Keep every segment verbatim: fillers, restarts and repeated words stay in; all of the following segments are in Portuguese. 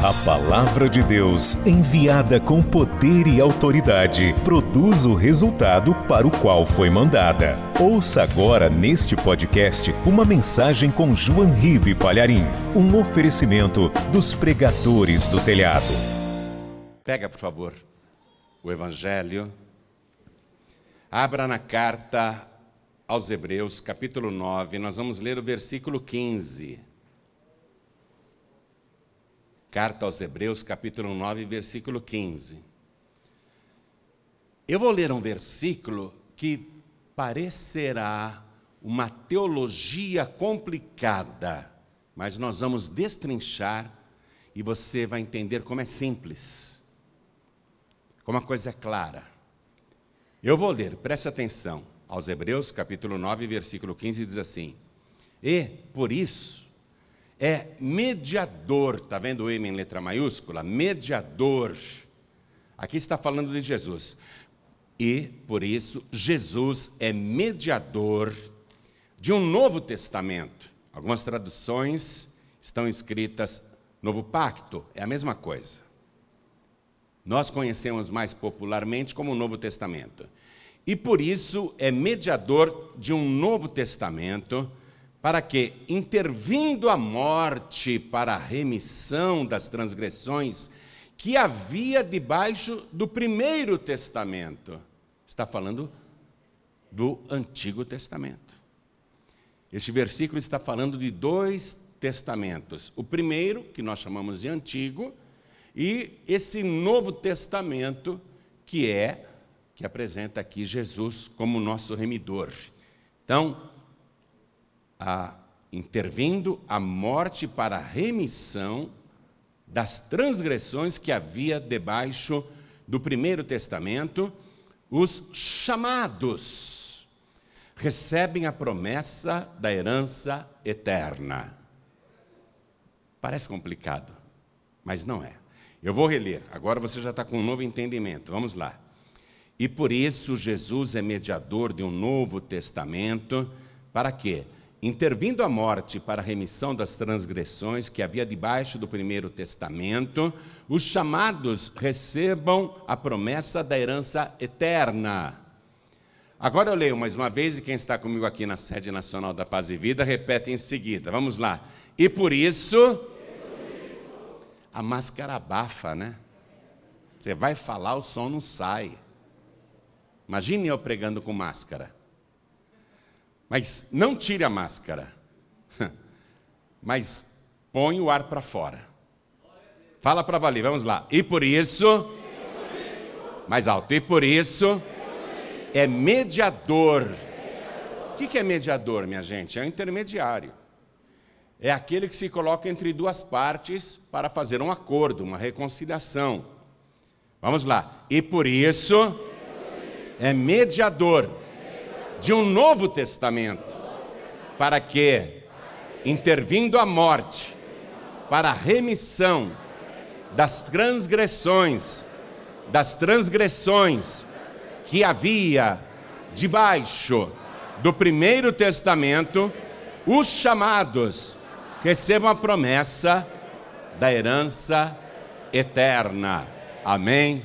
A palavra de Deus, enviada com poder e autoridade, produz o resultado para o qual foi mandada. Ouça agora neste podcast uma mensagem com João Ribe Palharim, um oferecimento dos pregadores do telhado. Pega, por favor, o Evangelho. Abra na carta aos Hebreus, capítulo nove, nós vamos ler o versículo quinze. Carta aos Hebreus, capítulo nove, versículo quinze. Eu vou ler um versículo que parecerá uma teologia complicada, mas nós vamos destrinchar e você vai entender como é simples, como a coisa é clara. Eu vou ler, preste atenção, aos Hebreus, capítulo nove, versículo quinze, diz assim: E, por isso, é mediador, está vendo o M em letra maiúscula? Mediador. Aqui está falando de Jesus. E, por isso, Jesus é mediador de um novo testamento. Algumas traduções estão escritas Novo Pacto, é a mesma coisa. Nós conhecemos mais popularmente como Novo Testamento. E, por isso, é mediador de um novo testamento, para que, intervindo a morte para a remissão das transgressões que havia debaixo do primeiro testamento. Está falando do Antigo Testamento. Este versículo está falando de dois testamentos. O primeiro, que nós chamamos de Antigo, e esse Novo Testamento, que é, que apresenta aqui Jesus como nosso remidor. Então, A, intervindo a morte para a remissão das transgressões que havia debaixo do primeiro testamento, os chamados recebem a promessa da herança eterna. Parece complicado, mas não é. Eu vou reler, agora você já está com um novo entendimento, vamos lá. E por isso Jesus é mediador de um novo testamento, para quê? Intervindo a morte para a remissão das transgressões que havia debaixo do primeiro testamento, os chamados recebam a promessa da herança eterna. Agora eu leio mais uma vez, e quem está comigo aqui na sede nacional da Paz e Vida, repete em seguida. Vamos lá. E por isso, a máscara abafa, né? Você vai falar, o som não sai. Imagine eu pregando com máscara. Mas não tire a máscara, mas põe o ar para fora. Fala para valer, vamos lá. E por isso, mais alto, e por isso, é mediador. O que é mediador, minha gente? É um intermediário. É aquele que se coloca entre duas partes para fazer um acordo, uma reconciliação. Vamos lá. E por isso, é mediador de um novo testamento, para que, intervindo a morte, para a remissão das transgressões, das transgressões que havia debaixo do primeiro testamento, os chamados recebam a promessa da herança eterna. Amém?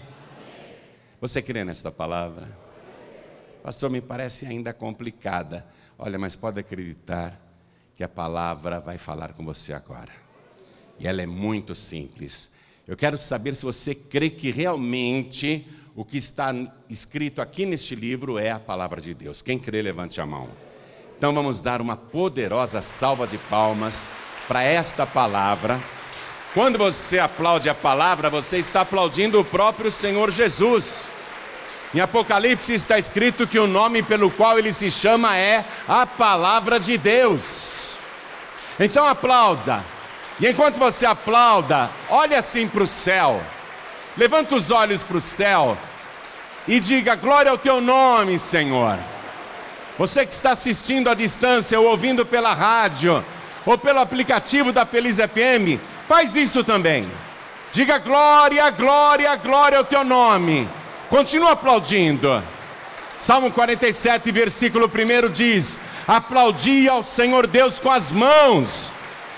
Você crê nesta palavra? Pastor, me parece ainda complicada. Olha, mas pode acreditar que a palavra vai falar com você agora. E ela é muito simples. Eu quero saber se você crê que realmente o que está escrito aqui neste livro é a palavra de Deus. Quem crê, levante a mão. Então vamos dar uma poderosa salva de palmas para esta palavra. Quando você aplaude a palavra, você está aplaudindo o próprio Senhor Jesus. Em Apocalipse está escrito que o nome pelo qual ele se chama é a Palavra de Deus. Então aplauda. E enquanto você aplauda, olhe assim para o céu. Levanta os olhos para o céu e diga: glória ao teu nome, Senhor. Você que está assistindo à distância ou ouvindo pela rádio ou pelo aplicativo da Feliz F M, faz isso também. Diga: glória, glória, glória ao teu nome. Continua aplaudindo. Salmo quarenta e sete, versículo um diz: aplaudi ao Senhor Deus com as mãos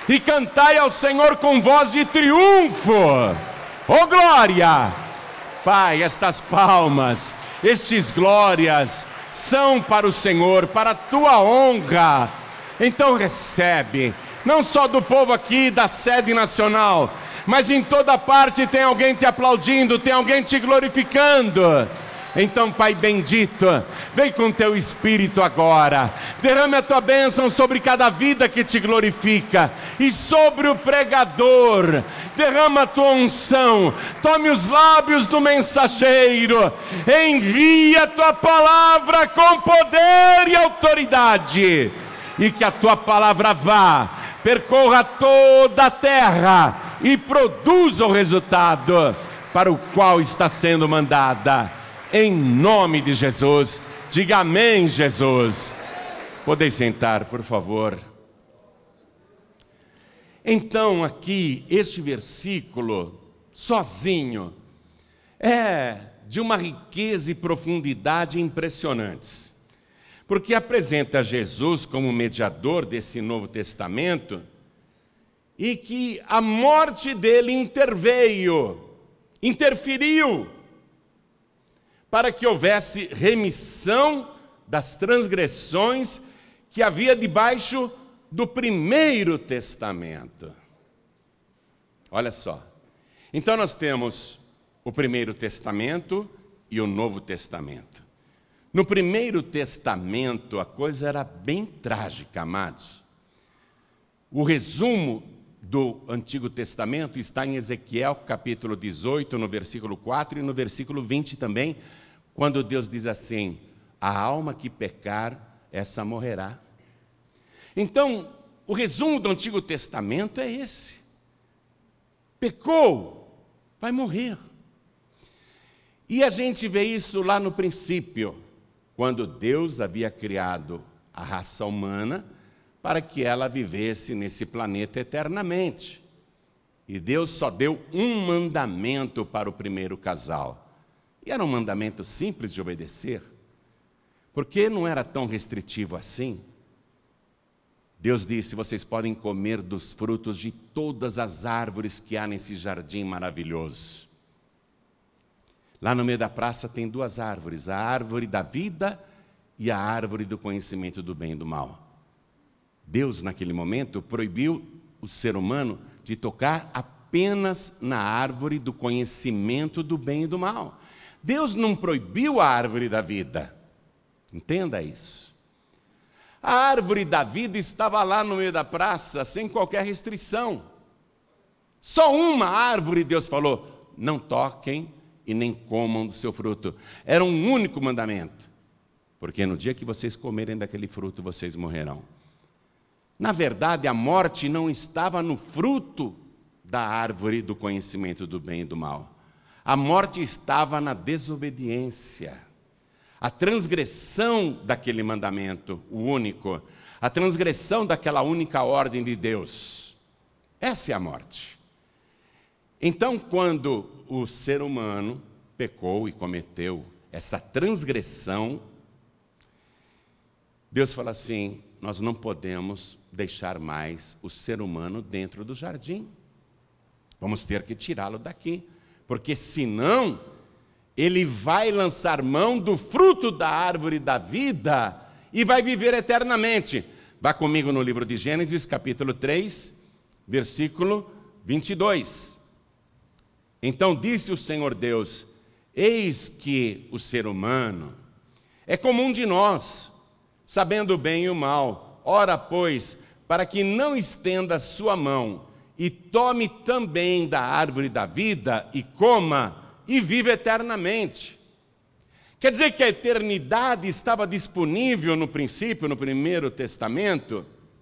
e cantai ao Senhor com voz de triunfo. Oh glória! Pai, estas palmas, estes glórias são para o Senhor, para a tua honra. Então recebe, não só do povo aqui da sede nacional, mas em toda parte tem alguém te aplaudindo, tem alguém te glorificando. Então, Pai bendito, vem com teu Espírito agora, derrame a tua bênção sobre cada vida que te glorifica, e sobre o pregador, derrama a tua unção, tome os lábios do mensageiro, envia a tua palavra com poder e autoridade, e que a tua palavra vá, percorra toda a terra, e produza o resultado para o qual está sendo mandada. Em nome de Jesus, diga amém, Jesus. Podem sentar, por favor. Então, aqui, este versículo, sozinho, é de uma riqueza e profundidade impressionantes, porque apresenta Jesus como mediador desse Novo Testamento, e que a morte dele interveio, interferiu, para que houvesse remissão das transgressões que havia debaixo do primeiro testamento. Olha só, então nós temos o primeiro testamento e o novo testamento. No primeiro testamento a coisa era bem trágica, amados. O resumo do Antigo Testamento está em Ezequiel capítulo dezoito, no versículo quatro e no versículo vinte também, quando Deus diz assim: a alma que pecar, essa morrerá. Então, o resumo do Antigo Testamento é esse: pecou, vai morrer. E a gente vê isso lá no princípio, quando Deus havia criado a raça humana para que ela vivesse nesse planeta eternamente. E Deus só deu um mandamento para o primeiro casal. E era um mandamento simples de obedecer, porque não era tão restritivo assim. Deus disse: vocês podem comer dos frutos de todas as árvores que há nesse jardim maravilhoso. Lá no meio da praça tem duas árvores, a árvore da vida e a árvore do conhecimento do bem e do mal. Deus, naquele momento, proibiu o ser humano de tocar apenas na árvore do conhecimento do bem e do mal. Deus não proibiu a árvore da vida. Entenda isso. A árvore da vida estava lá no meio da praça, sem qualquer restrição. Só uma árvore Deus falou: não toquem e nem comam do seu fruto. Era um único mandamento. Porque no dia que vocês comerem daquele fruto, vocês morrerão. Na verdade, a morte não estava no fruto da árvore do conhecimento do bem e do mal. A morte estava na desobediência, a transgressão daquele mandamento, o único, a transgressão daquela única ordem de Deus. Essa é a morte. Então, quando o ser humano pecou e cometeu essa transgressão, Deus fala assim: nós não podemos deixar mais o ser humano dentro do jardim. Vamos ter que tirá-lo daqui, porque senão ele vai lançar mão do fruto da árvore da vida e vai viver eternamente. Vá comigo no livro de Gênesis, capítulo três, versículo vinte e dois. Então disse o Senhor Deus: eis que o ser humano é como um de nós, sabendo o bem e o mal. Ora, pois, para que não estenda a sua mão e tome também da árvore da vida e coma e viva eternamente. Quer dizer que a eternidade estava disponível no princípio, no primeiro testamento,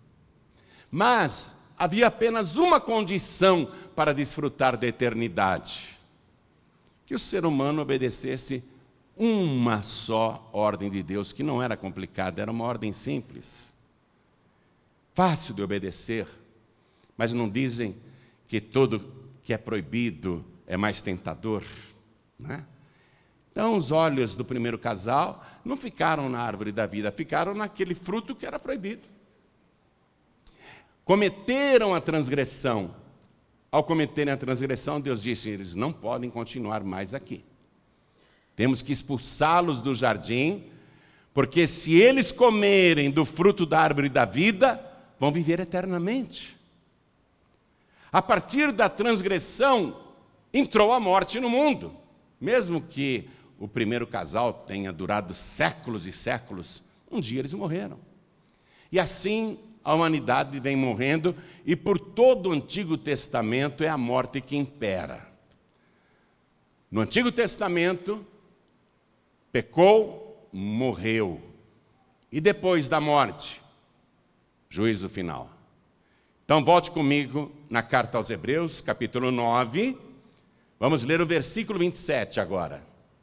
mas havia apenas uma condição para desfrutar da eternidade: que o ser humano obedecesse uma só ordem de Deus, que não era complicada, era uma ordem simples, fácil de obedecer. Mas não dizem que tudo que é proibido é mais tentador, né? Então os olhos do primeiro casal não ficaram na árvore da vida, ficaram naquele fruto que era proibido. cometeram a transgressão. Ao cometerem a transgressão, Deus disse, eles não podem continuar mais aqui. Temos que expulsá-los do jardim, porque se eles comerem do fruto da árvore da vida, vão viver eternamente. A partir da transgressão, entrou a morte no mundo. Mesmo que o primeiro casal tenha durado séculos e séculos, um dia eles morreram. E assim a humanidade vem morrendo, e por todo o Antigo Testamento é a morte que impera. No Antigo Testamento, pecou, morreu. E depois da morte, juízo final. Então volte comigo na carta aos Hebreus, capítulo nove, vamos ler o versículo vinte e sete agora.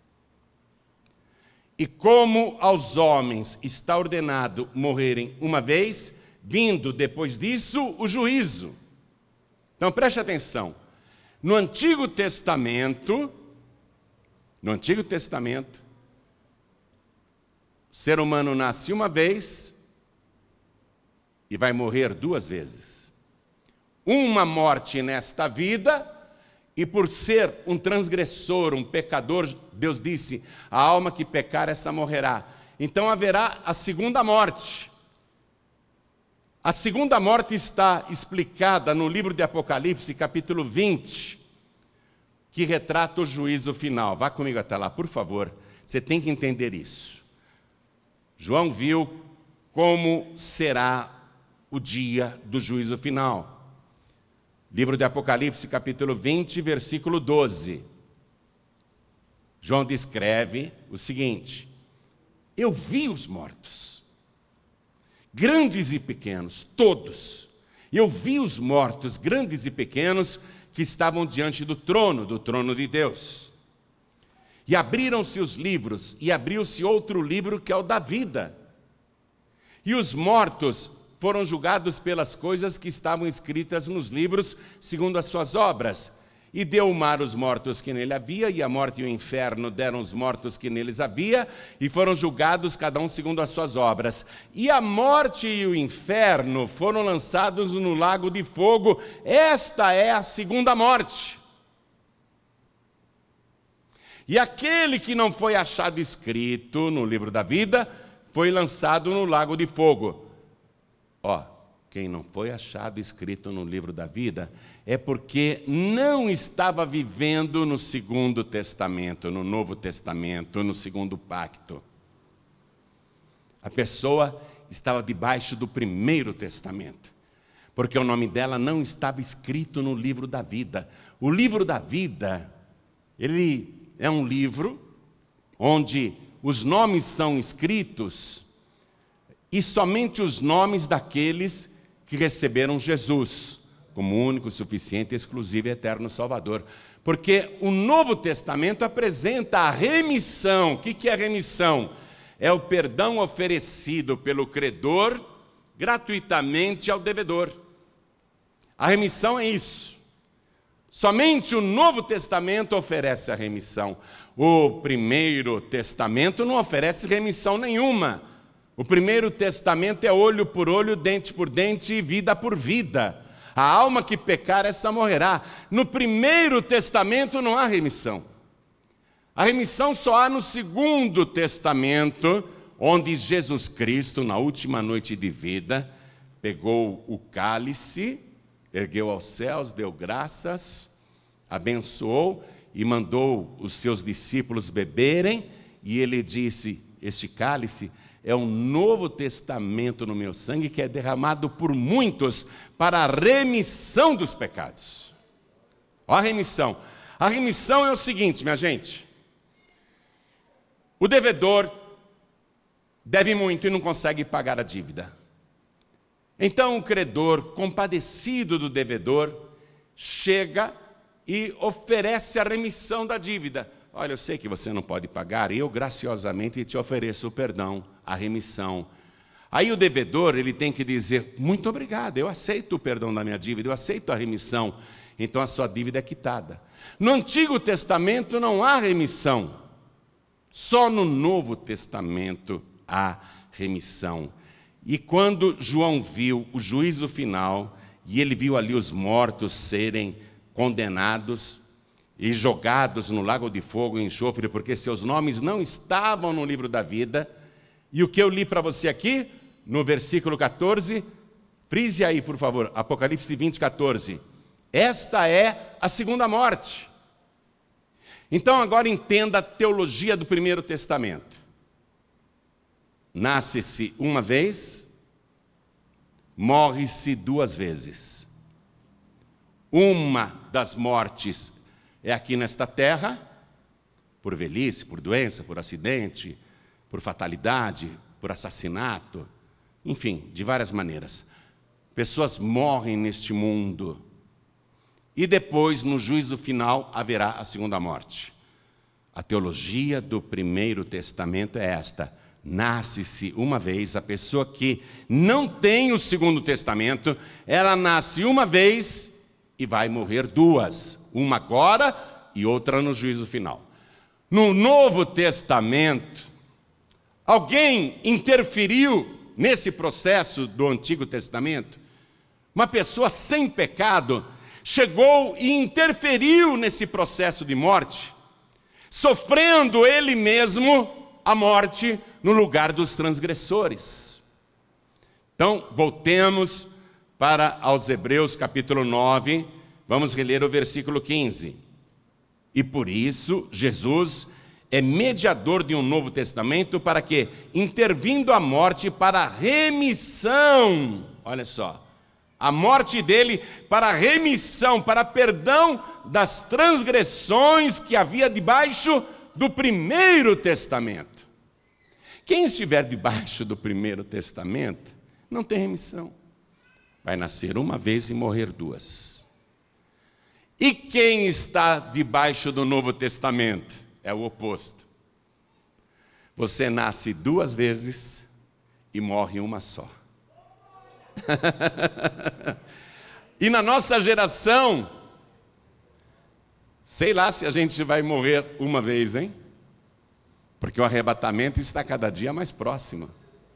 E como aos homens está ordenado morrerem uma vez, vindo depois disso o juízo. Então preste atenção, no Antigo Testamento, no Antigo Testamento, o ser humano nasce uma vez e vai morrer duas vezes. Uma morte nesta vida, e por ser um transgressor, um pecador, Deus disse, a alma que pecar, essa morrerá. Então haverá a segunda morte. A segunda morte está explicada no livro de Apocalipse, capítulo vinte, que retrata o juízo final. Vá comigo até lá, por favor. Você tem que entender isso. João viu como será o dia do juízo final. Livro de Apocalipse, capítulo vinte, versículo doze. João descreve o seguinte: eu vi os mortos, grandes e pequenos, todos. Eu vi os mortos, grandes e pequenos, que estavam diante do trono, do trono de Deus. E abriram-se os livros, e abriu-se outro livro que é o da vida. E os mortos foram julgados pelas coisas que estavam escritas nos livros, segundo as suas obras. E deu o mar os mortos que nele havia, e a morte e o inferno deram os mortos que neles havia, e foram julgados cada um segundo as suas obras. E a morte e o inferno foram lançados no lago de fogo. Esta é a segunda morte. E aquele que não foi achado escrito no livro da vida, foi lançado no lago de fogo. Ó, quem não foi achado escrito no livro da vida é porque não estava vivendo no segundo testamento, no novo testamento, no segundo pacto. A pessoa estava debaixo do primeiro testamento, porque o nome dela não estava escrito no livro da vida. O livro da vida, ele é um livro onde os nomes são escritos, e somente os nomes daqueles que receberam Jesus como único, suficiente, exclusivo e eterno Salvador. Porque o Novo Testamento apresenta a remissão. O que é a remissão? É o perdão oferecido pelo credor gratuitamente ao devedor. A remissão é isso. Somente o Novo Testamento oferece a remissão. O Primeiro Testamento não oferece remissão nenhuma. O Primeiro Testamento é olho por olho, dente por dente e vida por vida. A alma que pecar, essa morrerá. No Primeiro Testamento não há remissão. A remissão só há no Segundo Testamento, onde Jesus Cristo, na última noite de vida, pegou o cálice, ergueu aos céus, deu graças, abençoou e mandou os seus discípulos beberem, e ele disse: este cálice é um novo testamento no meu sangue, que é derramado por muitos para a remissão dos pecados. Olha a remissão. A remissão é o seguinte, minha gente. O devedor deve muito e não consegue pagar a dívida. Então o credor, compadecido do devedor, chega e oferece a remissão da dívida. Olha, eu sei que você não pode pagar, eu graciosamente te ofereço o perdão, a remissão. Aí o devedor, ele tem que dizer: muito obrigado, eu aceito o perdão da minha dívida, eu aceito a remissão. Então a sua dívida é quitada. No Antigo Testamento não há remissão. Só no Novo Testamento há remissão. E quando João viu o juízo final, e ele viu ali os mortos serem condenados e jogados no lago de fogo e enxofre, porque seus nomes não estavam no livro da vida. E o que eu li para você aqui, no versículo catorze, frise aí, por favor, Apocalipse vinte, catorze. Esta é a segunda morte. Então agora entenda a teologia do Primeiro Testamento. Nasce-se uma vez, morre-se duas vezes. Uma das mortes é aqui nesta terra, por velhice, por doença, por acidente, por fatalidade, por assassinato, enfim, de várias maneiras. Pessoas morrem neste mundo. E depois, no juízo final, haverá a segunda morte. A teologia do Primeiro Testamento é esta: nasce-se uma vez. A pessoa que não tem o Segundo Testamento, ela nasce uma vez e vai morrer duas, uma agora e outra no juízo final. No Novo Testamento, alguém interferiu nesse processo do Antigo Testamento? Uma pessoa sem pecado chegou e interferiu nesse processo de morte, sofrendo ele mesmo a morte no lugar dos transgressores. Então, voltemos para aos Hebreus capítulo nove, vamos reler o versículo quinze. E por isso, Jesus é mediador de um novo testamento, para que, intervindo a morte para a remissão, olha só, a morte dele para a remissão, para perdão das transgressões que havia debaixo do Primeiro Testamento. Quem estiver debaixo do Primeiro Testamento não tem remissão. Vai nascer uma vez e morrer duas. E quem está debaixo do Novo Testamento? É o oposto. Você nasce duas vezes e morre uma só. E na nossa geração, sei lá se a gente vai morrer uma vez, hein? Porque o arrebatamento está cada dia mais próximo.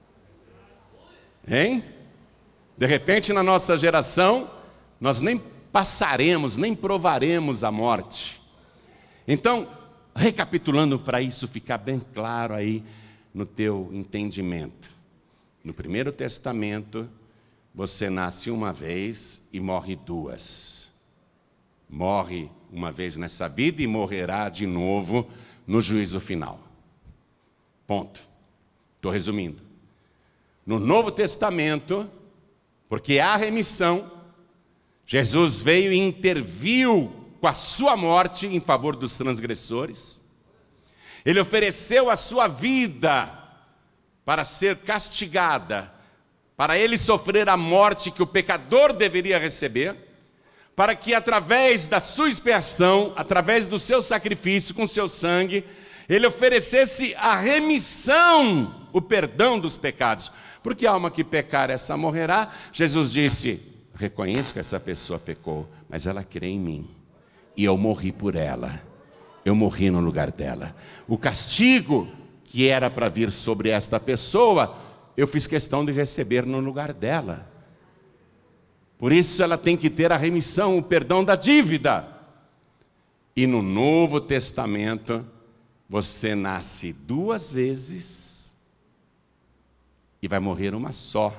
Hein? De repente, na nossa geração, nós nem passaremos, nem provaremos a morte. Então, recapitulando para isso ficar bem claro aí no teu entendimento. No Primeiro Testamento, você nasce uma vez e morre duas. Morre uma vez nessa vida e morrerá de novo no juízo final. Ponto. Estou resumindo. No Novo Testamento, porque há remissão, Jesus veio e interviu com a sua morte em favor dos transgressores. Ele ofereceu a sua vida para ser castigada, para ele sofrer a morte que o pecador deveria receber, para que através da sua expiação, através do seu sacrifício com seu sangue, ele oferecesse a remissão, o perdão dos pecados. Porque a alma que pecar, essa morrerá. Jesus disse: reconheço que essa pessoa pecou, mas ela crê em mim, e eu morri por ela, eu morri no lugar dela. O castigo que era para vir sobre esta pessoa, eu fiz questão de receber no lugar dela. Por isso ela tem que ter a remissão, o perdão da dívida. E no Novo Testamento, você nasce duas vezes e vai morrer uma só.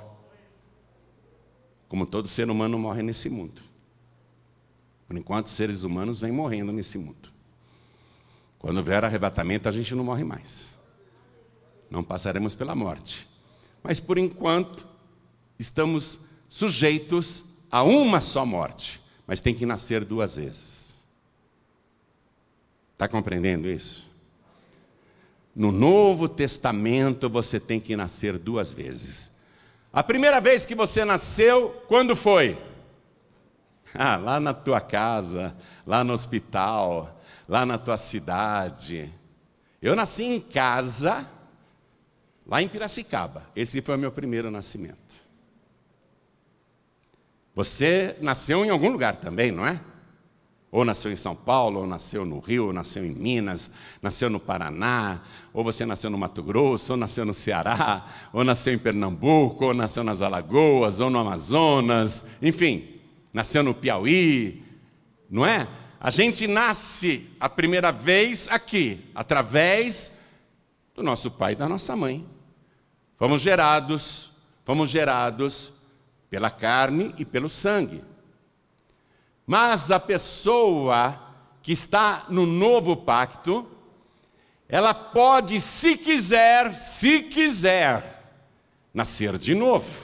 Como todo ser humano morre nesse mundo. Por enquanto, seres humanos vêm morrendo nesse mundo. Quando vier arrebatamento, a gente não morre mais. Não passaremos pela morte. Mas, por enquanto, estamos sujeitos a uma só morte. Mas tem que nascer duas vezes. Está compreendendo isso? No Novo Testamento, você tem que nascer duas vezes. A primeira vez que você nasceu, quando foi? Ah, lá na tua casa, lá no hospital, lá na tua cidade. Eu nasci em casa, lá em Piracicaba. Esse foi o meu primeiro nascimento. Você nasceu em algum lugar também, não é? Ou nasceu em São Paulo, ou nasceu no Rio, ou nasceu em Minas, nasceu no Paraná, ou você nasceu no Mato Grosso, ou nasceu no Ceará, ou nasceu em Pernambuco, ou nasceu nas Alagoas, ou no Amazonas, enfim, nasceu no Piauí, não é? A gente nasce a primeira vez aqui, através do nosso pai e da nossa mãe. Fomos gerados, fomos gerados pela carne e pelo sangue. Mas a pessoa que está no novo pacto, ela pode, se quiser, se quiser, nascer de novo.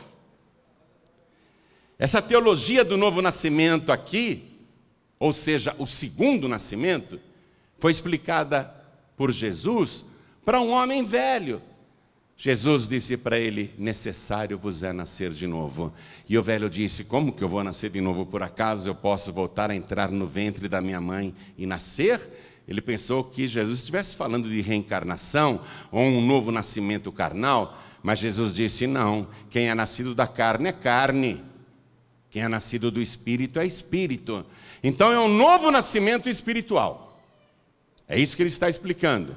Essa teologia do novo nascimento aqui, ou seja, o segundo nascimento, foi explicada por Jesus para um homem velho. Jesus disse para ele: necessário vos é nascer de novo. E o velho disse: como que eu vou nascer de novo? Por acaso eu posso voltar a entrar no ventre da minha mãe e nascer? Ele pensou que Jesus estivesse falando de reencarnação ou um novo nascimento carnal, mas Jesus disse: não, quem é nascido da carne é carne, quem é nascido do Espírito é Espírito. Então é um novo nascimento espiritual. É isso que ele está explicando.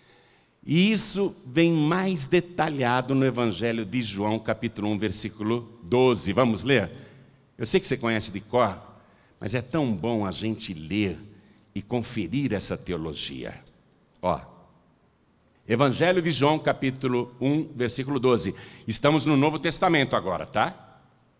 E isso vem mais detalhado no Evangelho de João, capítulo um, versículo doze. Vamos ler? Eu sei que você conhece de cor, mas é tão bom a gente ler e conferir essa teologia. Ó, Evangelho de João, capítulo um, versículo doze. Estamos no Novo Testamento agora, tá?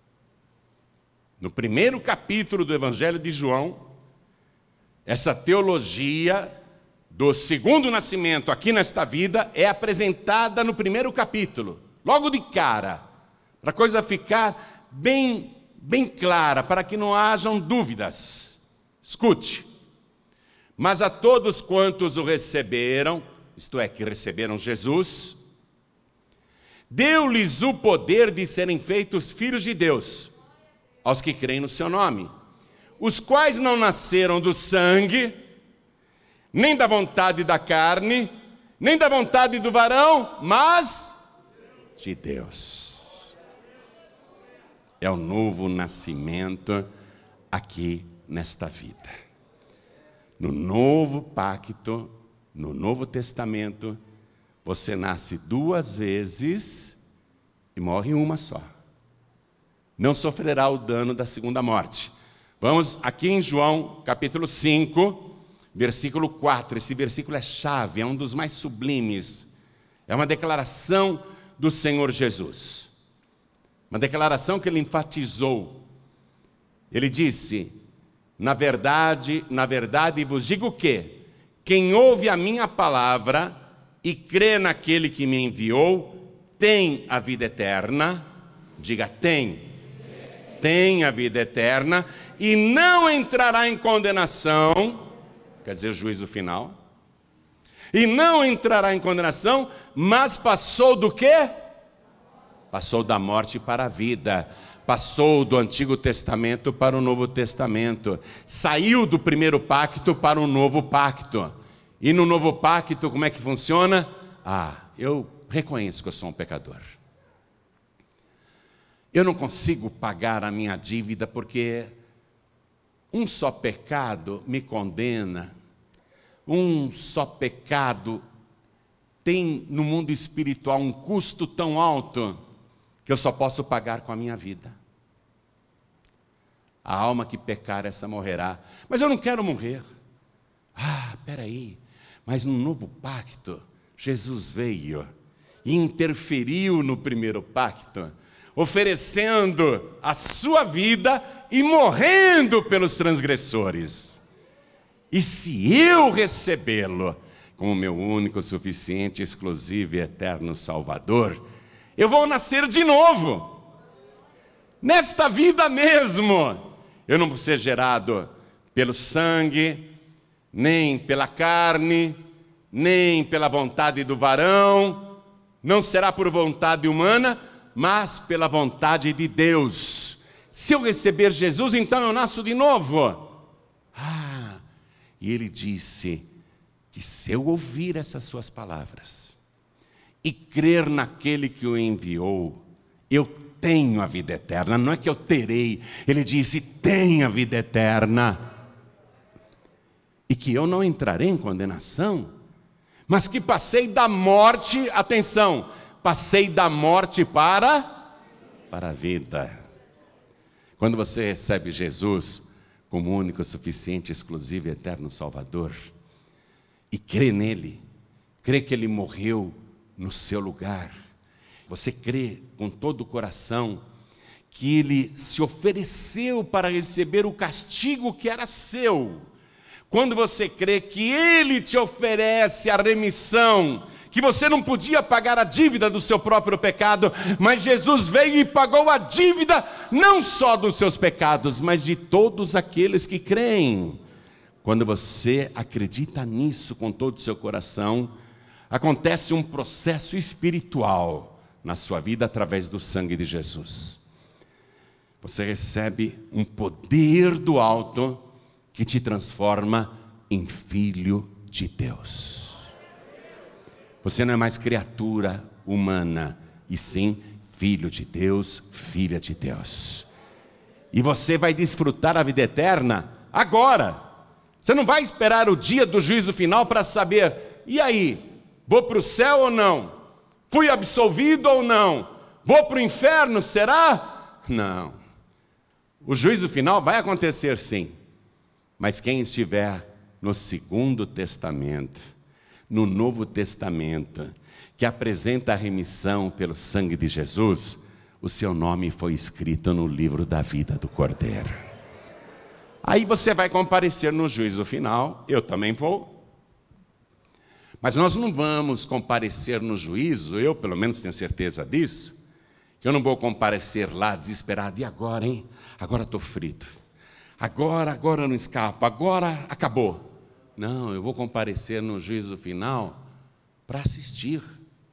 No primeiro capítulo do Evangelho de João, essa teologia do segundo nascimento aqui nesta vida é apresentada no primeiro capítulo, logo de cara, para a coisa ficar bem, bem clara, para que não hajam dúvidas. Escute: mas a todos quantos o receberam, isto é, que receberam Jesus, deu-lhes o poder de serem feitos filhos de Deus, aos que creem no seu nome, os quais não nasceram do sangue, nem da vontade da carne, nem da vontade do varão, mas de Deus. É o novo nascimento aqui nesta vida. No novo pacto, no Novo Testamento, você nasce duas vezes e morre uma só. Não sofrerá o dano da segunda morte. Vamos aqui em João, capítulo cinco, versículo quatro. Esse versículo é chave, é um dos mais sublimes. É uma declaração do Senhor Jesus. Uma declaração que ele enfatizou. Ele disse: na verdade, na verdade vos digo que quem ouve a minha palavra e crê naquele que me enviou, tem a vida eterna. Diga: tem. Tem a vida eterna e não entrará em condenação, quer dizer, o juízo final, e não entrará em condenação, mas passou do quê? Passou da morte para a vida, passou do Antigo Testamento para o Novo Testamento, saiu do primeiro pacto para o novo pacto. E no novo pacto, como é que funciona? Ah, eu reconheço que eu sou um pecador. Eu não consigo pagar a minha dívida porque um só pecado me condena. Um só pecado tem no mundo espiritual um custo tão alto que eu só posso pagar com a minha vida. A alma que pecar, essa morrerá. Mas eu não quero morrer. Ah, peraí, mas no novo pacto, Jesus veio e interferiu no primeiro pacto, oferecendo a sua vida e morrendo pelos transgressores. E se eu recebê-lo como meu único, suficiente, exclusivo e eterno Salvador, eu vou nascer de novo, nesta vida mesmo. Eu não vou ser gerado pelo sangue, nem pela carne, nem pela vontade do varão, não será por vontade humana, mas pela vontade de Deus. Se eu receber Jesus, então eu nasço de novo. Ah, e ele disse que se eu ouvir essas suas palavras e crer naquele que o enviou, eu tenho a vida eterna. Não é que eu terei, ele disse: tenha a vida eterna. e que eu não entrarei em condenação, mas que passei da morte, atenção, passei da morte para, para a vida. Quando você recebe Jesus como único, suficiente, exclusivo e eterno Salvador, e crê nele, crê que ele morreu no seu lugar, você crê com todo o coração que ele se ofereceu para receber o castigo que era seu. Quando você crê que ele te oferece a remissão, que você não podia pagar a dívida do seu próprio pecado, mas Jesus veio e pagou a dívida não só dos seus pecados, mas de todos aqueles que creem. Quando você acredita nisso com todo o seu coração, acontece um processo espiritual na sua vida através do sangue de Jesus. Você recebe um poder do alto que te transforma em filho de Deus. Você não é mais criatura humana, e sim filho de Deus, filha de Deus. E você vai desfrutar a vida eterna agora. Você não vai esperar o dia do juízo final para saber, e aí, vou para o céu ou não? Fui absolvido ou não? Vou para o inferno, será? Não. O juízo final vai acontecer sim, mas quem estiver no Segundo Testamento, no Novo Testamento, que apresenta a remissão pelo sangue de Jesus, o seu nome foi escrito no livro da vida do Cordeiro. Aí você vai comparecer no juízo final, eu também vou. Mas nós não vamos comparecer no juízo, eu pelo menos tenho certeza disso, que eu não vou comparecer lá desesperado, e agora, hein? Agora estou frito. Agora, agora eu não escapo, agora acabou. Não, eu vou comparecer no juízo final para assistir.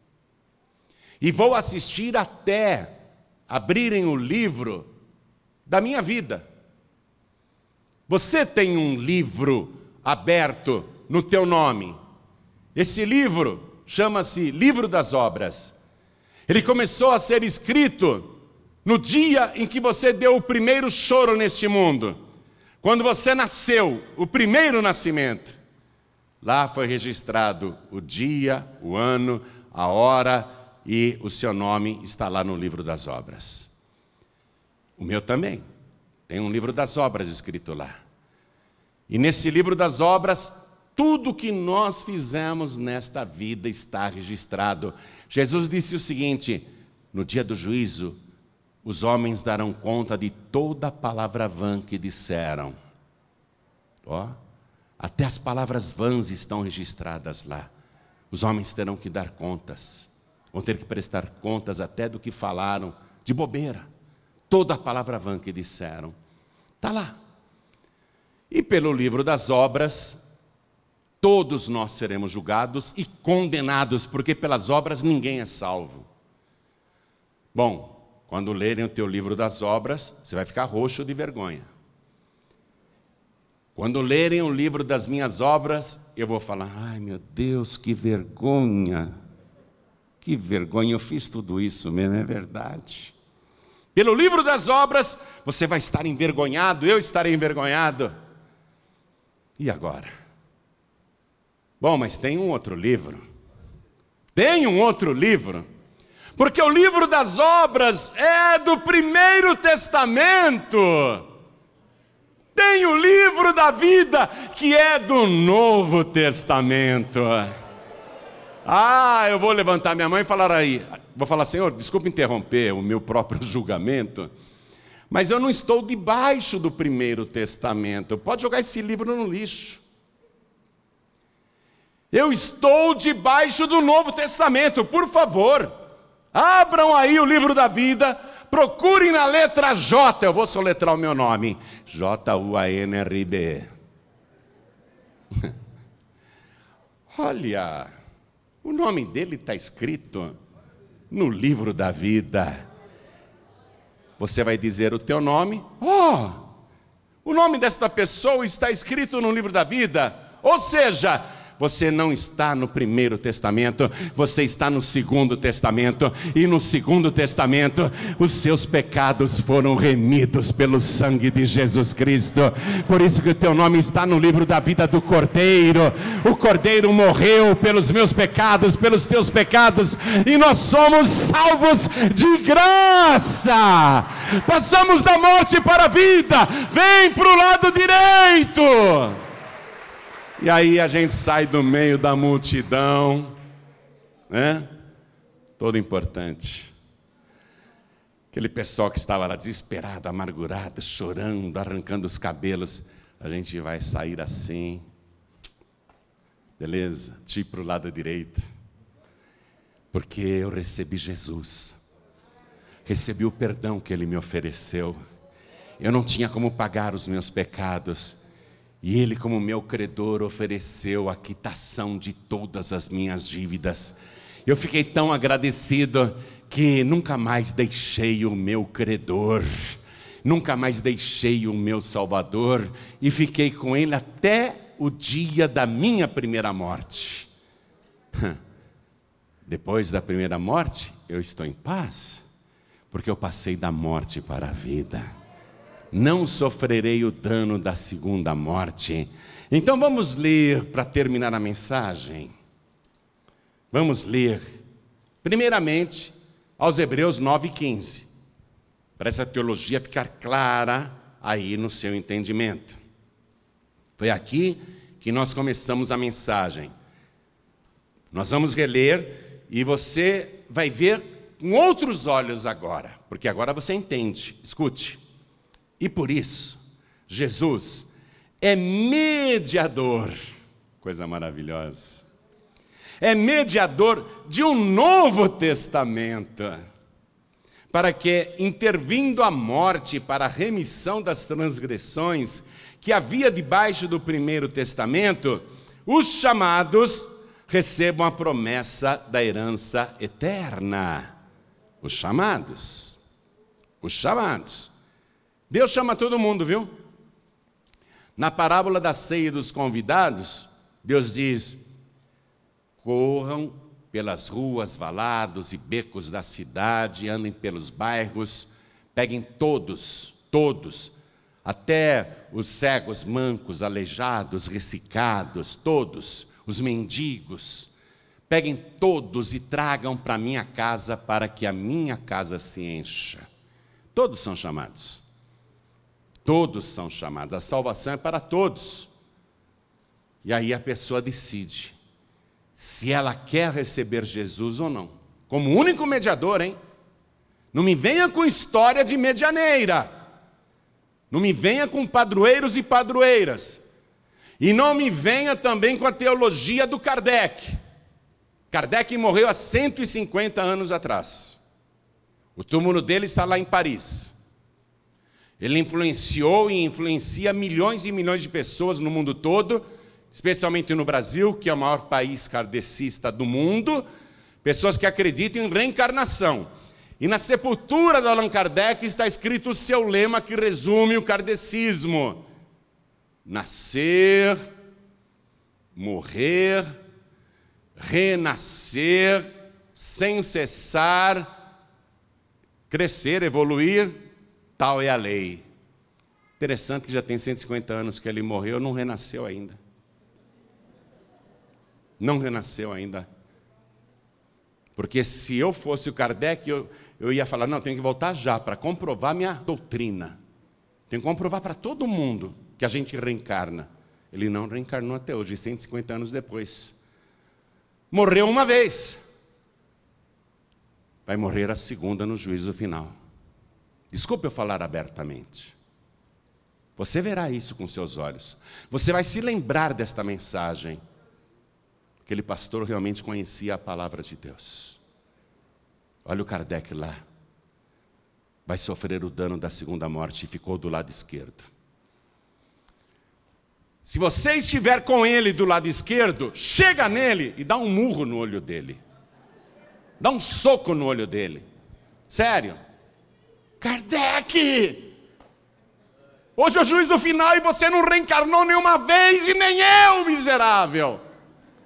E vou assistir até abrirem o livro da minha vida. Você tem um livro aberto no teu nome. Esse livro chama-se Livro das Obras. Ele começou a ser escrito no dia em que você deu o primeiro choro neste mundo. Quando você nasceu, o primeiro nascimento. Lá foi registrado o dia, o ano, a hora, e o seu nome está lá no livro das obras. O meu também. Tem um livro das obras escrito lá. E nesse livro das obras, tudo que nós fizemos nesta vida está registrado. Jesus disse o seguinte: no dia do juízo, os homens darão conta de toda a palavra vã que disseram. Ó, até as palavras vãs estão registradas lá. Os homens terão que dar contas. Vão ter que prestar contas até do que falaram de bobeira. Toda a palavra vã que disseram está lá. E pelo livro das obras, todos nós seremos julgados e condenados, porque pelas obras ninguém é salvo. Bom, quando lerem o teu livro das obras, você vai ficar roxo de vergonha. Quando lerem o livro das minhas obras, eu vou falar: ai meu Deus, que vergonha, que vergonha, eu fiz tudo isso mesmo, é verdade. Pelo livro das obras, você vai estar envergonhado, eu estarei envergonhado. E agora? Bom, mas tem um outro livro. Tem um outro livro. Porque o livro das obras é do Primeiro Testamento. Tem o livro da vida, que é do Novo Testamento. Ah, eu vou levantar minha mão e falar aí. Vou falar: Senhor, desculpa interromper o meu próprio julgamento, mas eu não estou debaixo do Primeiro Testamento. Pode jogar esse livro no lixo. Eu estou debaixo do Novo Testamento, por favor. Abram aí o livro da vida, procurem na letra J, eu vou soletrar o meu nome, J U A N R B. Olha, o nome dele está escrito no livro da vida. Você vai dizer o teu nome. Oh, o nome desta pessoa está escrito no livro da vida. Ou seja, Você não está no Primeiro Testamento, você está no Segundo Testamento. E no Segundo Testamento, os seus pecados foram remidos pelo sangue de Jesus Cristo. Por isso que o teu nome está no livro da vida do Cordeiro. O Cordeiro morreu pelos meus pecados, pelos teus pecados, e nós somos salvos de graça. Passamos da morte para a vida. Vem para o lado direito. E aí a gente sai do meio da multidão, né? Todo importante. Aquele pessoal que estava lá desesperado, amargurado, chorando, arrancando os cabelos. A gente vai sair assim. Beleza? De ir para o lado direito. Porque eu recebi Jesus. Recebi o perdão que Ele me ofereceu. Eu não tinha como pagar os meus pecados. E Ele, como meu credor, ofereceu a quitação de todas as minhas dívidas. Eu fiquei tão agradecido que nunca mais deixei o meu credor, nunca mais deixei o meu Salvador, e fiquei com Ele até o dia da minha primeira morte. Depois da primeira morte, eu estou em paz, porque eu passei da morte para a vida. Não sofrerei o dano da segunda morte. Então vamos ler para terminar a mensagem. Vamos ler, primeiramente, aos Hebreus nove, quinze. Para essa teologia ficar clara aí no seu entendimento. Foi aqui que nós começamos a mensagem. Nós vamos reler e você vai ver com outros olhos agora. Porque agora você entende. Escute. E por isso, Jesus é mediador, coisa maravilhosa, é mediador de um novo testamento, para que, intervindo a morte para a remissão das transgressões que havia debaixo do primeiro testamento, os chamados recebam a promessa da herança eterna. Os chamados, os chamados. Deus chama todo mundo, viu? Na parábola da ceia dos convidados, Deus diz: corram pelas ruas, valados e becos da cidade, andem pelos bairros, peguem todos, todos, até os cegos, mancos, aleijados, ressecados, todos, os mendigos, peguem todos e tragam para a minha casa, para que a minha casa se encha. Todos são chamados. Todos são chamados, a salvação é para todos. E aí a pessoa decide se ela quer receber Jesus ou não, como único mediador, hein? Não me venha com história de medianeira, não me venha com padroeiros e padroeiras, e não me venha também com a teologia do Kardec. Kardec morreu há cento e cinquenta anos atrás, o túmulo dele está lá em Paris. Ele influenciou e influencia milhões e milhões de pessoas no mundo todo, especialmente no Brasil, que é o maior país kardecista do mundo, pessoas que acreditam em reencarnação. E na sepultura de Allan Kardec está escrito o seu lema que resume o kardecismo: nascer, morrer, renascer, sem cessar, crescer, evoluir. Tal é a lei. Interessante que já tem cento e cinquenta anos que ele morreu, não renasceu ainda. Não renasceu ainda. Porque se eu fosse o Kardec, eu, eu ia falar, não, tenho que voltar já para comprovar minha doutrina. Tenho que comprovar para todo mundo que a gente reencarna. Ele não reencarnou até hoje, cento e cinquenta anos depois. Morreu uma vez. Vai morrer a segunda no juízo final. Desculpe eu falar abertamente. Você verá isso com seus olhos. Você vai se lembrar desta mensagem. Aquele pastor realmente conhecia a palavra de Deus. Olha o Kardec lá. Vai sofrer o dano da segunda morte e ficou do lado esquerdo. Se você estiver com ele do lado esquerdo, chega nele e dá um murro no olho dele. Dá um soco no olho dele. Sério. Kardec! Hoje é o juízo final e você não reencarnou nenhuma vez, e nem eu, miserável.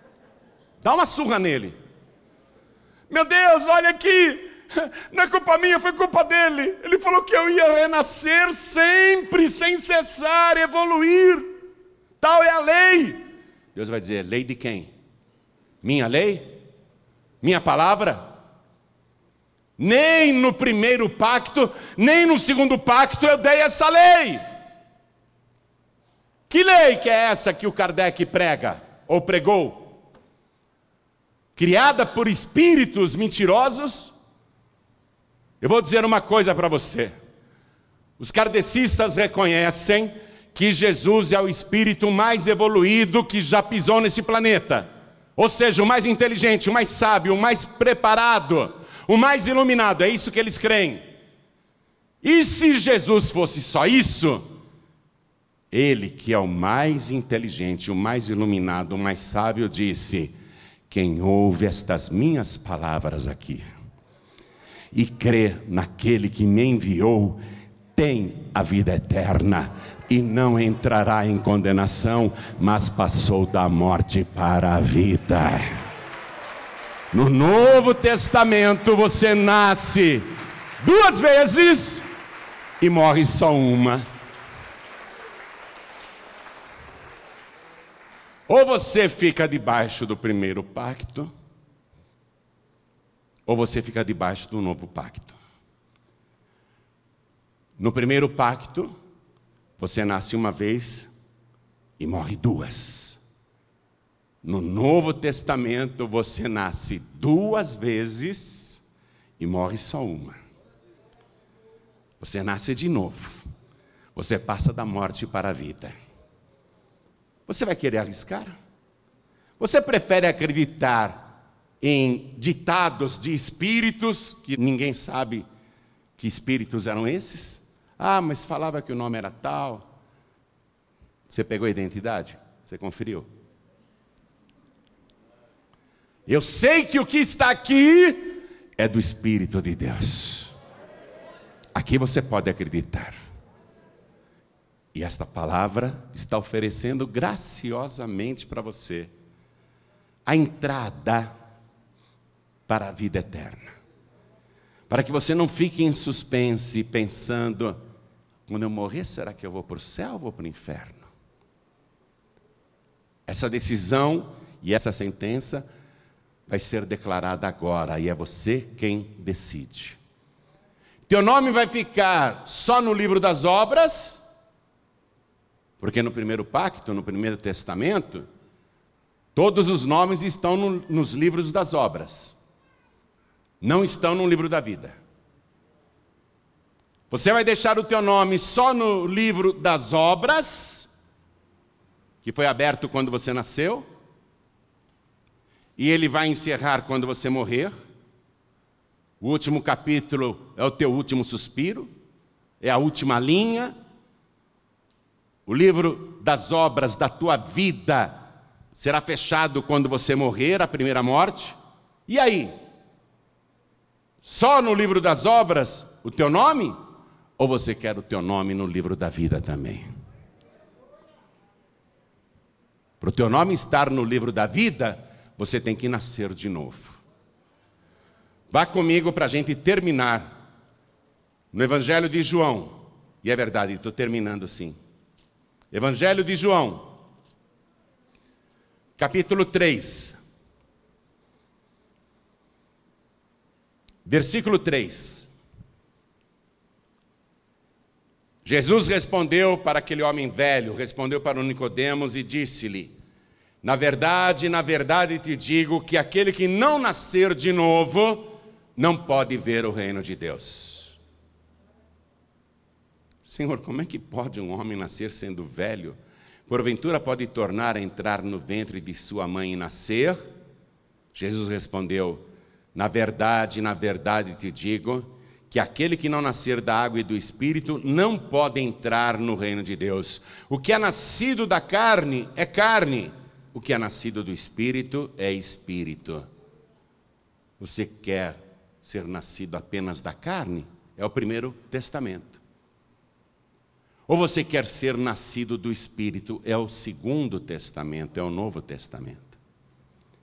Dá uma surra nele. Meu Deus, olha aqui. Não é culpa minha, foi culpa dele. Ele falou que eu ia renascer sempre, sem cessar, evoluir. Tal é a lei. Deus vai dizer, lei de quem? Minha lei? Minha palavra? Nem no primeiro pacto, nem no segundo pacto eu dei essa lei. Que lei que é essa que o Kardec prega, ou pregou? Criada por espíritos mentirosos? Eu vou dizer uma coisa para você. Os kardecistas reconhecem que Jesus é o espírito mais evoluído que já pisou nesse planeta. Ou seja, o mais inteligente, o mais sábio, o mais preparado, o mais iluminado. É isso que eles creem. E se Jesus fosse só isso, ele que é o mais inteligente, o mais iluminado, o mais sábio, disse: quem ouve estas minhas palavras aqui e crê naquele que me enviou, tem a vida eterna e não entrará em condenação, mas passou da morte para a vida. No Novo Testamento você nasce duas vezes e morre só uma. Ou você fica debaixo do primeiro pacto, ou você fica debaixo do novo pacto. No primeiro pacto, você nasce uma vez e morre duas. No Novo Testamento, você nasce duas vezes e morre só uma. Você nasce de novo. Você passa da morte para a vida. Você vai querer arriscar? Você prefere acreditar em ditados de espíritos, que ninguém sabe que espíritos eram esses? Ah, mas falava que o nome era tal. Você pegou a identidade? Você conferiu? Eu sei que o que está aqui é do Espírito de Deus. Aqui você pode acreditar. E esta palavra está oferecendo graciosamente para você a entrada para a vida eterna. Para que você não fique em suspense pensando, quando eu morrer, será que eu vou para o céu ou vou para o inferno? Essa decisão e essa sentença vai ser declarada agora, e é você quem decide. Teu nome vai ficar só no livro das obras, porque no primeiro pacto, no primeiro testamento, todos os nomes estão no, nos livros das obras. Não estão no livro da vida. Você vai deixar o teu nome só no livro das obras, que foi aberto quando você nasceu, e ele vai encerrar quando você morrer. O último capítulo é o teu último suspiro, é a última linha. O livro das obras da tua vida será fechado quando você morrer, a primeira morte. E aí? Só no livro das obras o teu nome? Ou você quer o teu nome no livro da vida também? Para o teu nome estar no livro da vida, você tem que nascer de novo. Vá comigo para a gente terminar no Evangelho de João. E é verdade, estou terminando sim. Evangelho de João, capítulo três. Versículo três. Jesus respondeu para aquele homem velho, respondeu para o Nicodemos e disse-lhe: na verdade, na verdade te digo que aquele que não nascer de novo, não pode ver o reino de Deus. Senhor, como é que pode um homem nascer sendo velho? Porventura pode tornar a entrar no ventre de sua mãe e nascer? Jesus respondeu: na verdade, na verdade te digo, que aquele que não nascer da água e do Espírito não pode entrar no reino de Deus. O que é nascido da carne é carne, o que é nascido do Espírito é Espírito. Você quer ser nascido apenas da carne? É o primeiro testamento. Ou você quer ser nascido do Espírito? É o segundo testamento, é o Novo Testamento.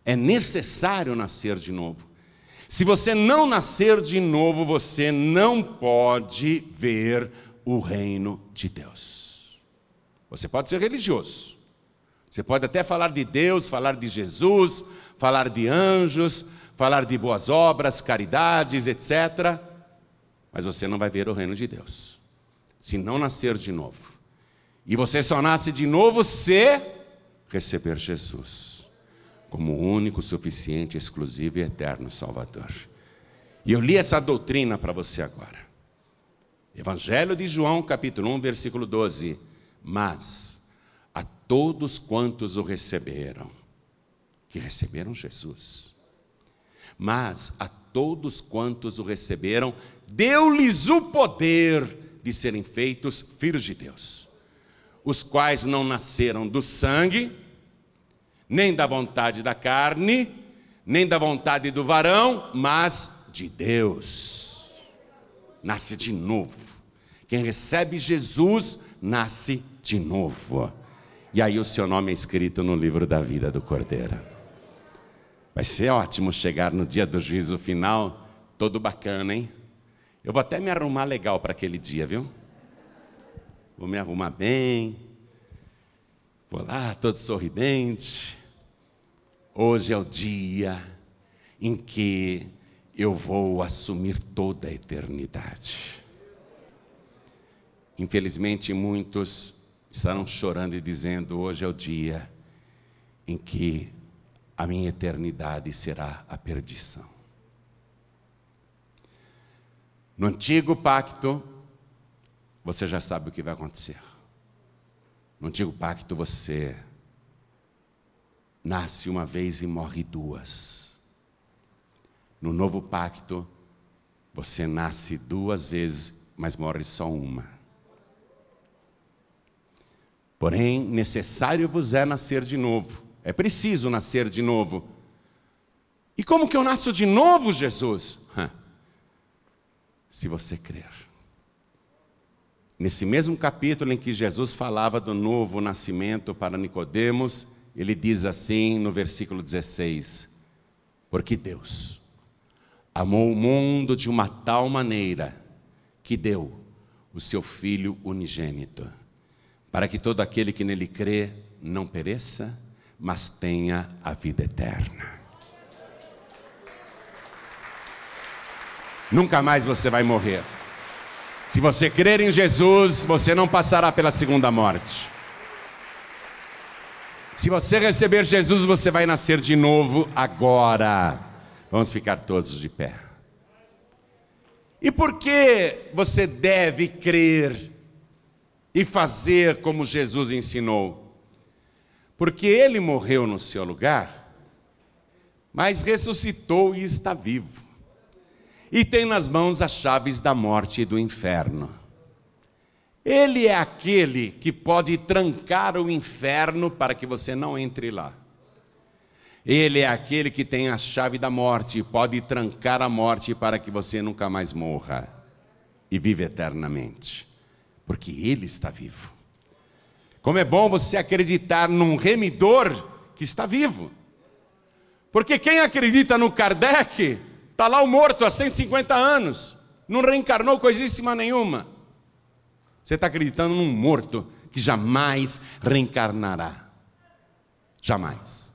É necessário nascer de novo. Se você não nascer de novo, você não pode ver o reino de Deus. Você pode ser religioso. Você pode até falar de Deus, falar de Jesus, falar de anjos, falar de boas obras, caridades, etcétera. Mas você não vai ver o reino de Deus se não nascer de novo. E você só nasce de novo se receber Jesus como o único, suficiente, exclusivo e eterno Salvador. E eu li essa doutrina para você agora. Evangelho de João, capítulo um, versículo doze. Mas a todos quantos o receberam, que receberam Jesus, mas a todos quantos o receberam, deu-lhes o poder de serem feitos filhos de Deus, os quais não nasceram do sangue, nem da vontade da carne, nem da vontade do varão, mas de Deus. Nasce de novo. Quem recebe Jesus, nasce de novo. E aí o seu nome é escrito no livro da vida do Cordeiro. Vai ser ótimo chegar no dia do juízo final, todo bacana, hein? Eu vou até me arrumar legal para aquele dia, viu? Vou me arrumar bem. Vou lá, todo sorridente. Hoje é o dia em que eu vou assumir toda a eternidade. Infelizmente, muitos estarão chorando e dizendo: hoje é o dia em que a minha eternidade será a perdição. No antigo pacto, você já sabe o que vai acontecer. No antigo pacto, você nasce uma vez e morre duas. No novo pacto, você nasce duas vezes, mas morre só uma. Porém, necessário vos é nascer de novo. É preciso nascer de novo. E como que eu nasço de novo, Jesus? Se você crer. Nesse mesmo capítulo em que Jesus falava do novo nascimento para Nicodemos, ele diz assim no versículo dezesseis: porque Deus amou o mundo de uma tal maneira que deu o seu Filho unigênito, para que todo aquele que nele crê não pereça, mas tenha a vida eterna. Nunca mais você vai morrer. Se você crer em Jesus, você não passará pela segunda morte. Se você receber Jesus, você vai nascer de novo agora. Vamos ficar todos de pé. E por que você deve crer e fazer como Jesus ensinou? Porque Ele morreu no seu lugar, mas ressuscitou e está vivo. E tem nas mãos as chaves da morte e do inferno. Ele é aquele que pode trancar o inferno para que você não entre lá. Ele é aquele que tem a chave da morte e pode trancar a morte para que você nunca mais morra e viva eternamente. Porque Ele está vivo. Como é bom você acreditar num remidor que está vivo. Porque quem acredita no Kardec, está lá o morto há cento e cinquenta anos, não reencarnou coisíssima nenhuma. Você está acreditando num morto que jamais reencarnará. Jamais.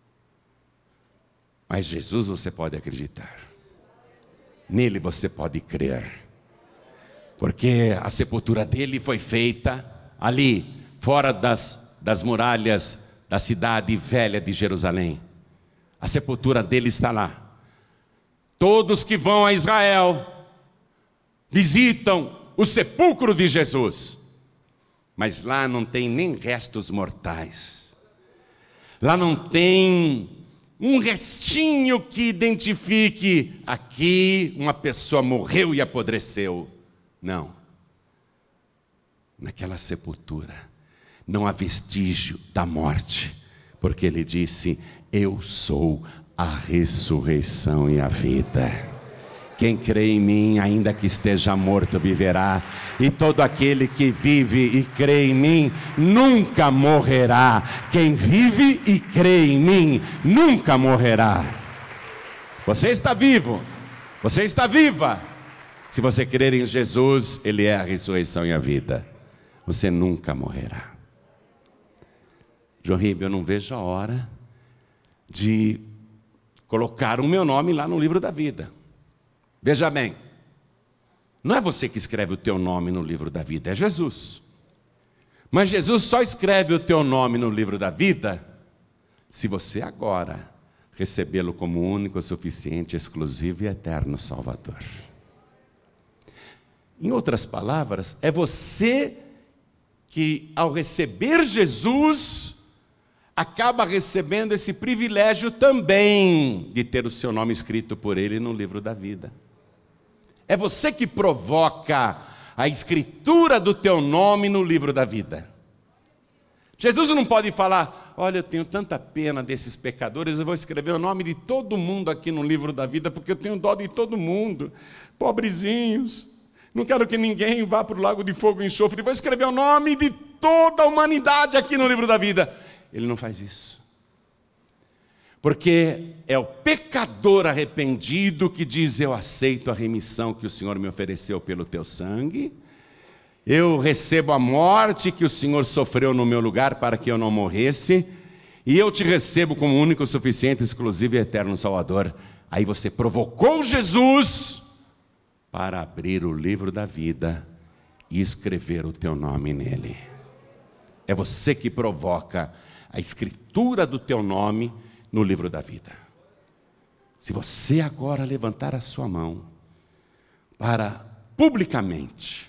Mas Jesus você pode acreditar. Nele você pode crer. Porque a sepultura dele foi feita ali, fora das, das muralhas da cidade velha de Jerusalém. A sepultura dele está lá. Todos que vão a Israel visitam o sepulcro de Jesus, mas lá não tem nem restos mortais. Lá não tem um restinho que identifique: aqui uma pessoa morreu e apodreceu. Não. Naquela sepultura não há vestígio da morte, porque Ele disse: eu sou a ressurreição e a vida. Quem crê em mim, ainda que esteja morto, viverá. E todo aquele que vive e crê em mim, nunca morrerá. Quem vive e crê em mim, nunca morrerá. Você está vivo. Você está viva. Se você crer em Jesus, Ele é a ressurreição e a vida. Você nunca morrerá. João Ribeiro, eu não vejo a hora de colocar o meu nome lá no livro da vida. Veja bem, não é você que escreve o teu nome no livro da vida, é Jesus. Mas Jesus só escreve o teu nome no livro da vida se você agora recebê-lo como único, suficiente, exclusivo e eterno Salvador. Em outras palavras, é você que, ao receber Jesus, acaba recebendo esse privilégio também de ter o seu nome escrito por Ele no livro da vida. É você que provoca a escritura do teu nome no livro da vida. Jesus não pode falar: olha, eu tenho tanta pena desses pecadores, eu vou escrever o nome de todo mundo aqui no livro da vida, porque eu tenho dó de todo mundo, pobrezinhos, não quero que ninguém vá para o lago de fogo e enxofre, vou escrever o nome de toda a humanidade aqui no livro da vida. Ele não faz isso. Porque é o pecador arrependido que diz: eu aceito a remissão que o Senhor me ofereceu pelo teu sangue, eu recebo a morte que o Senhor sofreu no meu lugar para que eu não morresse, e eu te recebo como único, suficiente, exclusivo e eterno Salvador. Aí você provocou Jesus para abrir o livro da vida e escrever o teu nome nele. É você que provoca a escritura do teu nome no livro da vida. Se você agora levantar a sua mão para publicamente,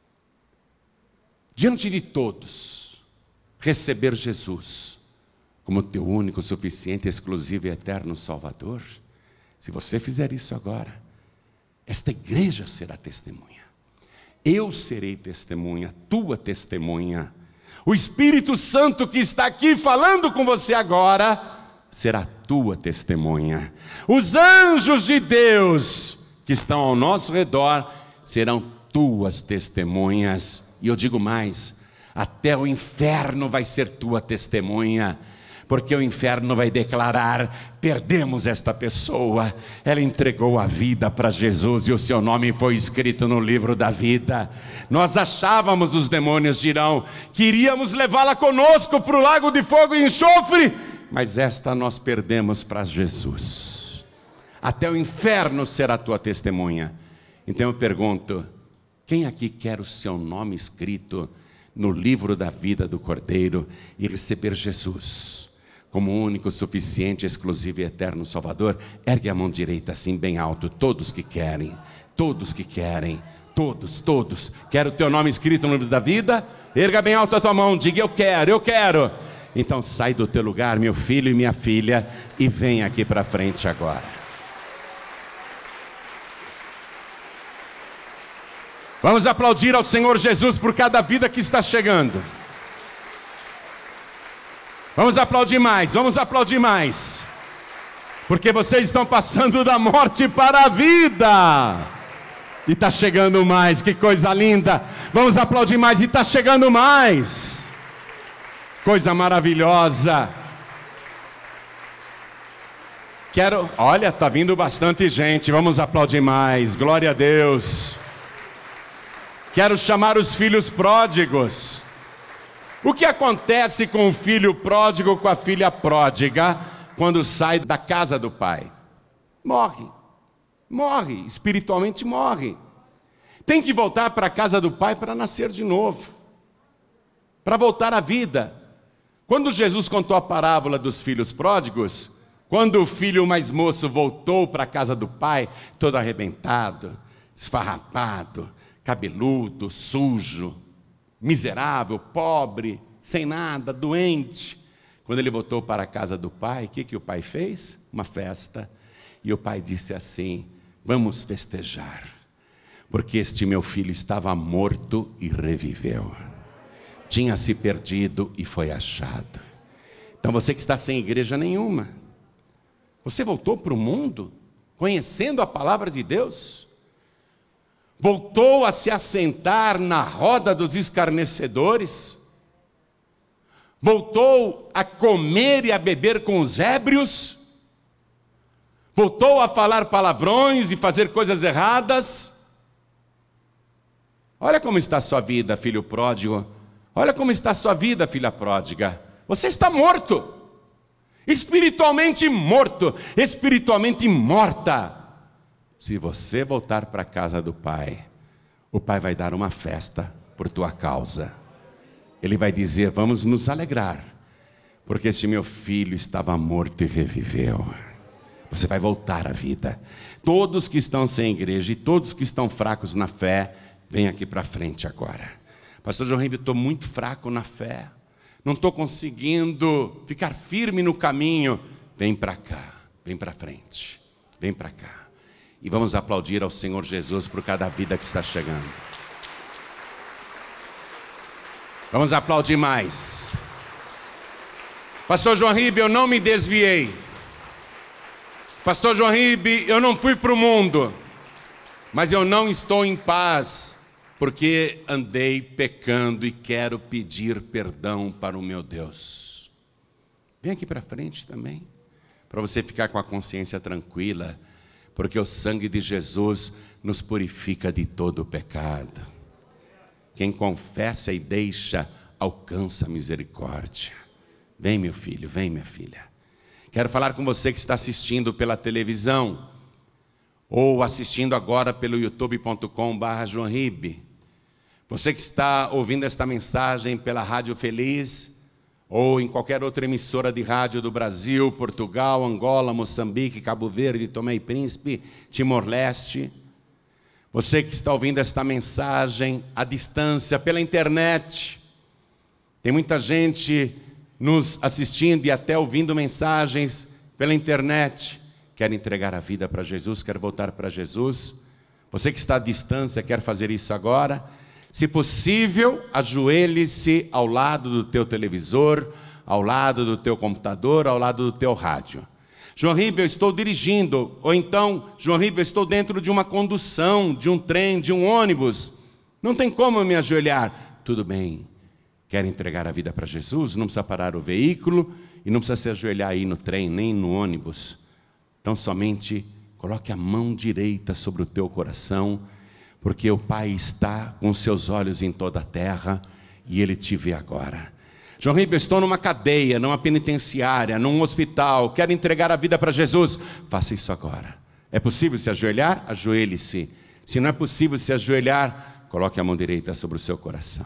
diante de todos, receber Jesus como teu único, suficiente, exclusivo e eterno Salvador, se você fizer isso agora, esta igreja será testemunha. Eu serei testemunha, tua testemunha. O Espírito Santo que está aqui falando com você agora será tua testemunha. Os anjos de Deus que estão ao nosso redor serão tuas testemunhas. E eu digo mais, até o inferno vai ser tua testemunha, porque o inferno vai declarar: perdemos esta pessoa, ela entregou a vida para Jesus e o seu nome foi escrito no livro da vida. Nós achávamos, os demônios dirão, que iríamos levá-la conosco para o lago de fogo e enxofre, mas esta nós perdemos para Jesus. Até o inferno será tua testemunha. Então eu pergunto: quem aqui quer o seu nome escrito no livro da vida do Cordeiro e receber Jesus como único, suficiente, exclusivo e eterno Salvador? Ergue a mão direita assim bem alto. Todos que querem, todos que querem, todos, todos. Quer o teu nome escrito no livro da vida? Erga bem alto a tua mão, diga: eu quero, eu quero. Então sai do teu lugar, meu filho e minha filha, e vem aqui para frente agora. Vamos aplaudir ao Senhor Jesus por cada vida que está chegando. Vamos aplaudir mais, vamos aplaudir mais. Porque vocês estão passando da morte para a vida. E está chegando mais, que coisa linda. Vamos aplaudir mais, e está chegando mais. Coisa maravilhosa. Quero, olha, está vindo bastante gente. Vamos aplaudir mais, glória a Deus. Quero chamar os filhos pródigos. O que acontece com o filho pródigo, com a filha pródiga, quando sai da casa do pai? Morre, morre, espiritualmente morre. Tem que voltar para a casa do pai para nascer de novo, para voltar à vida. Quando Jesus contou a parábola dos filhos pródigos, quando o filho mais moço voltou para a casa do pai, todo arrebentado, esfarrapado, cabeludo, sujo, miserável, pobre, sem nada, doente. Quando ele voltou para a casa do pai, o que, que o pai fez? Uma festa. E o pai disse assim: vamos festejar, porque este meu filho estava morto e reviveu, tinha se perdido e foi achado. Então você que está sem igreja nenhuma, você voltou para o mundo conhecendo a palavra de Deus. Voltou a se assentar na roda dos escarnecedores. Voltou a comer e a beber com os ébrios. Voltou a falar palavrões e fazer coisas erradas. Olha como está a sua vida, filho pródigo. Olha como está a sua vida, filha pródiga. Você está morto. Espiritualmente morto. Espiritualmente morta. Se você voltar para a casa do Pai, o Pai vai dar uma festa por tua causa. Ele vai dizer: vamos nos alegrar, porque este meu filho estava morto e reviveu. Você vai voltar à vida. Todos que estão sem igreja e todos que estão fracos na fé, vem aqui para frente agora. Pastor João Ribeiro, eu estou muito fraco na fé. Não estou conseguindo ficar firme no caminho. Vem para cá, vem para frente, vem para cá. E vamos aplaudir ao Senhor Jesus por cada vida que está chegando. Vamos aplaudir mais. Pastor João Ribeiro, eu não me desviei. Pastor João Ribeiro, eu não fui para o mundo. Mas eu não estou em paz, porque andei pecando e quero pedir perdão para o meu Deus. Vem aqui para frente também, para você ficar com a consciência tranquila, porque o sangue de Jesus nos purifica de todo o pecado. Quem confessa e deixa, alcança a misericórdia. Vem, meu filho, vem, minha filha. Quero falar com você que está assistindo pela televisão, ou assistindo agora pelo youtube ponto com barra João Ribe. Você que está ouvindo esta mensagem pela Rádio Feliz, ou em qualquer outra emissora de rádio do Brasil, Portugal, Angola, Moçambique, Cabo Verde, Tomé e Príncipe, Timor-Leste. Você que está ouvindo esta mensagem à distância, pela internet. Tem muita gente nos assistindo e até ouvindo mensagens pela internet. Quer entregar a vida para Jesus, quer voltar para Jesus. Você que está à distância, quer fazer isso agora. Se possível, ajoelhe-se ao lado do teu televisor, ao lado do teu computador, ao lado do teu rádio. João Ribeiro, eu estou dirigindo, ou então, João Ribeiro, eu estou dentro de uma condução, de um trem, de um ônibus. Não tem como eu me ajoelhar. Tudo bem, quer entregar a vida para Jesus? Não precisa parar o veículo e não precisa se ajoelhar aí no trem, nem no ônibus. Então somente coloque a mão direita sobre o teu coração, porque o Pai está com seus olhos em toda a terra e Ele te vê agora. João Ribeiro, estou numa cadeia, numa penitenciária, num hospital, quero entregar a vida para Jesus. Faça isso agora. É possível se ajoelhar? Ajoelhe-se. Se não é possível se ajoelhar, coloque a mão direita sobre o seu coração.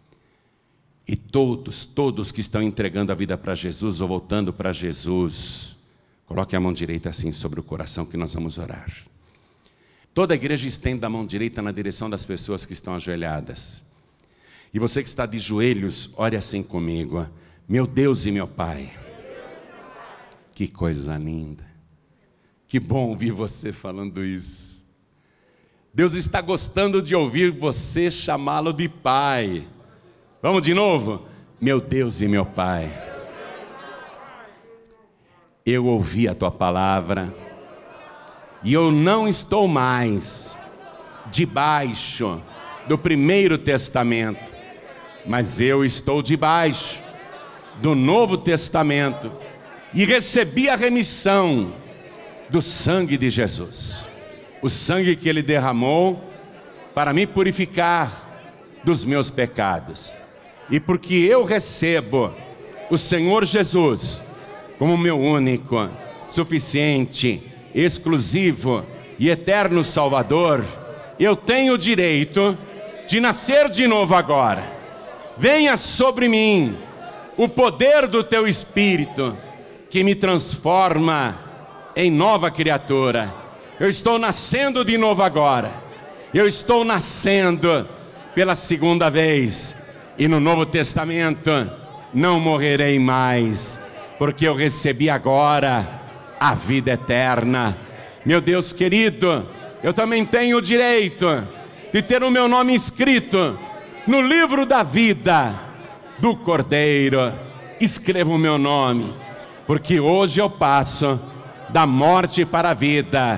E todos, todos que estão entregando a vida para Jesus ou voltando para Jesus, coloque a mão direita assim sobre o coração que nós vamos orar. Toda a igreja estende a mão direita na direção das pessoas que estão ajoelhadas. E você que está de joelhos, ore assim comigo. Meu Deus e meu Pai. Que coisa linda. Que bom ouvir você falando isso. Deus está gostando de ouvir você chamá-lo de Pai. Vamos de novo? Meu Deus e meu Pai. Eu ouvi a Tua palavra. E eu não estou mais debaixo do primeiro testamento, mas eu estou debaixo do Novo Testamento e recebi a remissão do sangue de Jesus. O sangue que Ele derramou para me purificar dos meus pecados. E porque eu recebo o Senhor Jesus como meu único, suficiente, exclusivo e eterno Salvador, eu tenho o direito de nascer de novo agora. Venha sobre mim o poder do Teu Espírito, que me transforma em nova criatura. Eu estou nascendo de novo agora. Eu estou nascendo pela segunda vez. E no Novo Testamento não morrerei mais, porque eu recebi agora a vida eterna. Meu Deus querido, eu também tenho o direito de ter o meu nome escrito no livro da vida do Cordeiro. Escreva o meu nome, porque hoje eu passo da morte para a vida,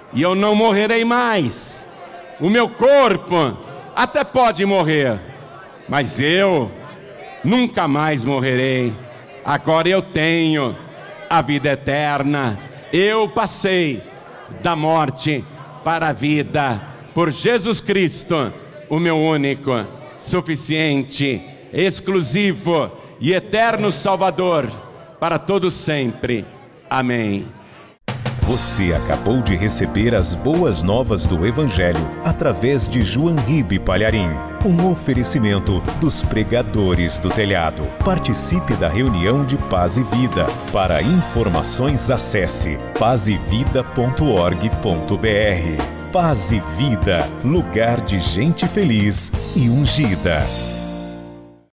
e eu não morrerei mais. O meu corpo até pode morrer, mas eu nunca mais morrerei. Agora eu tenho a vida eterna. Eu passei da morte para a vida por Jesus Cristo, o meu único, suficiente, exclusivo e eterno Salvador, para todos sempre. Amém. Você acabou de receber as boas novas do Evangelho através de João Ribe Palharim, um oferecimento dos pregadores do telhado. Participe da reunião de Paz e Vida. Para informações, acesse paz e vida ponto org ponto br. Paz e Vida, lugar de gente feliz e ungida.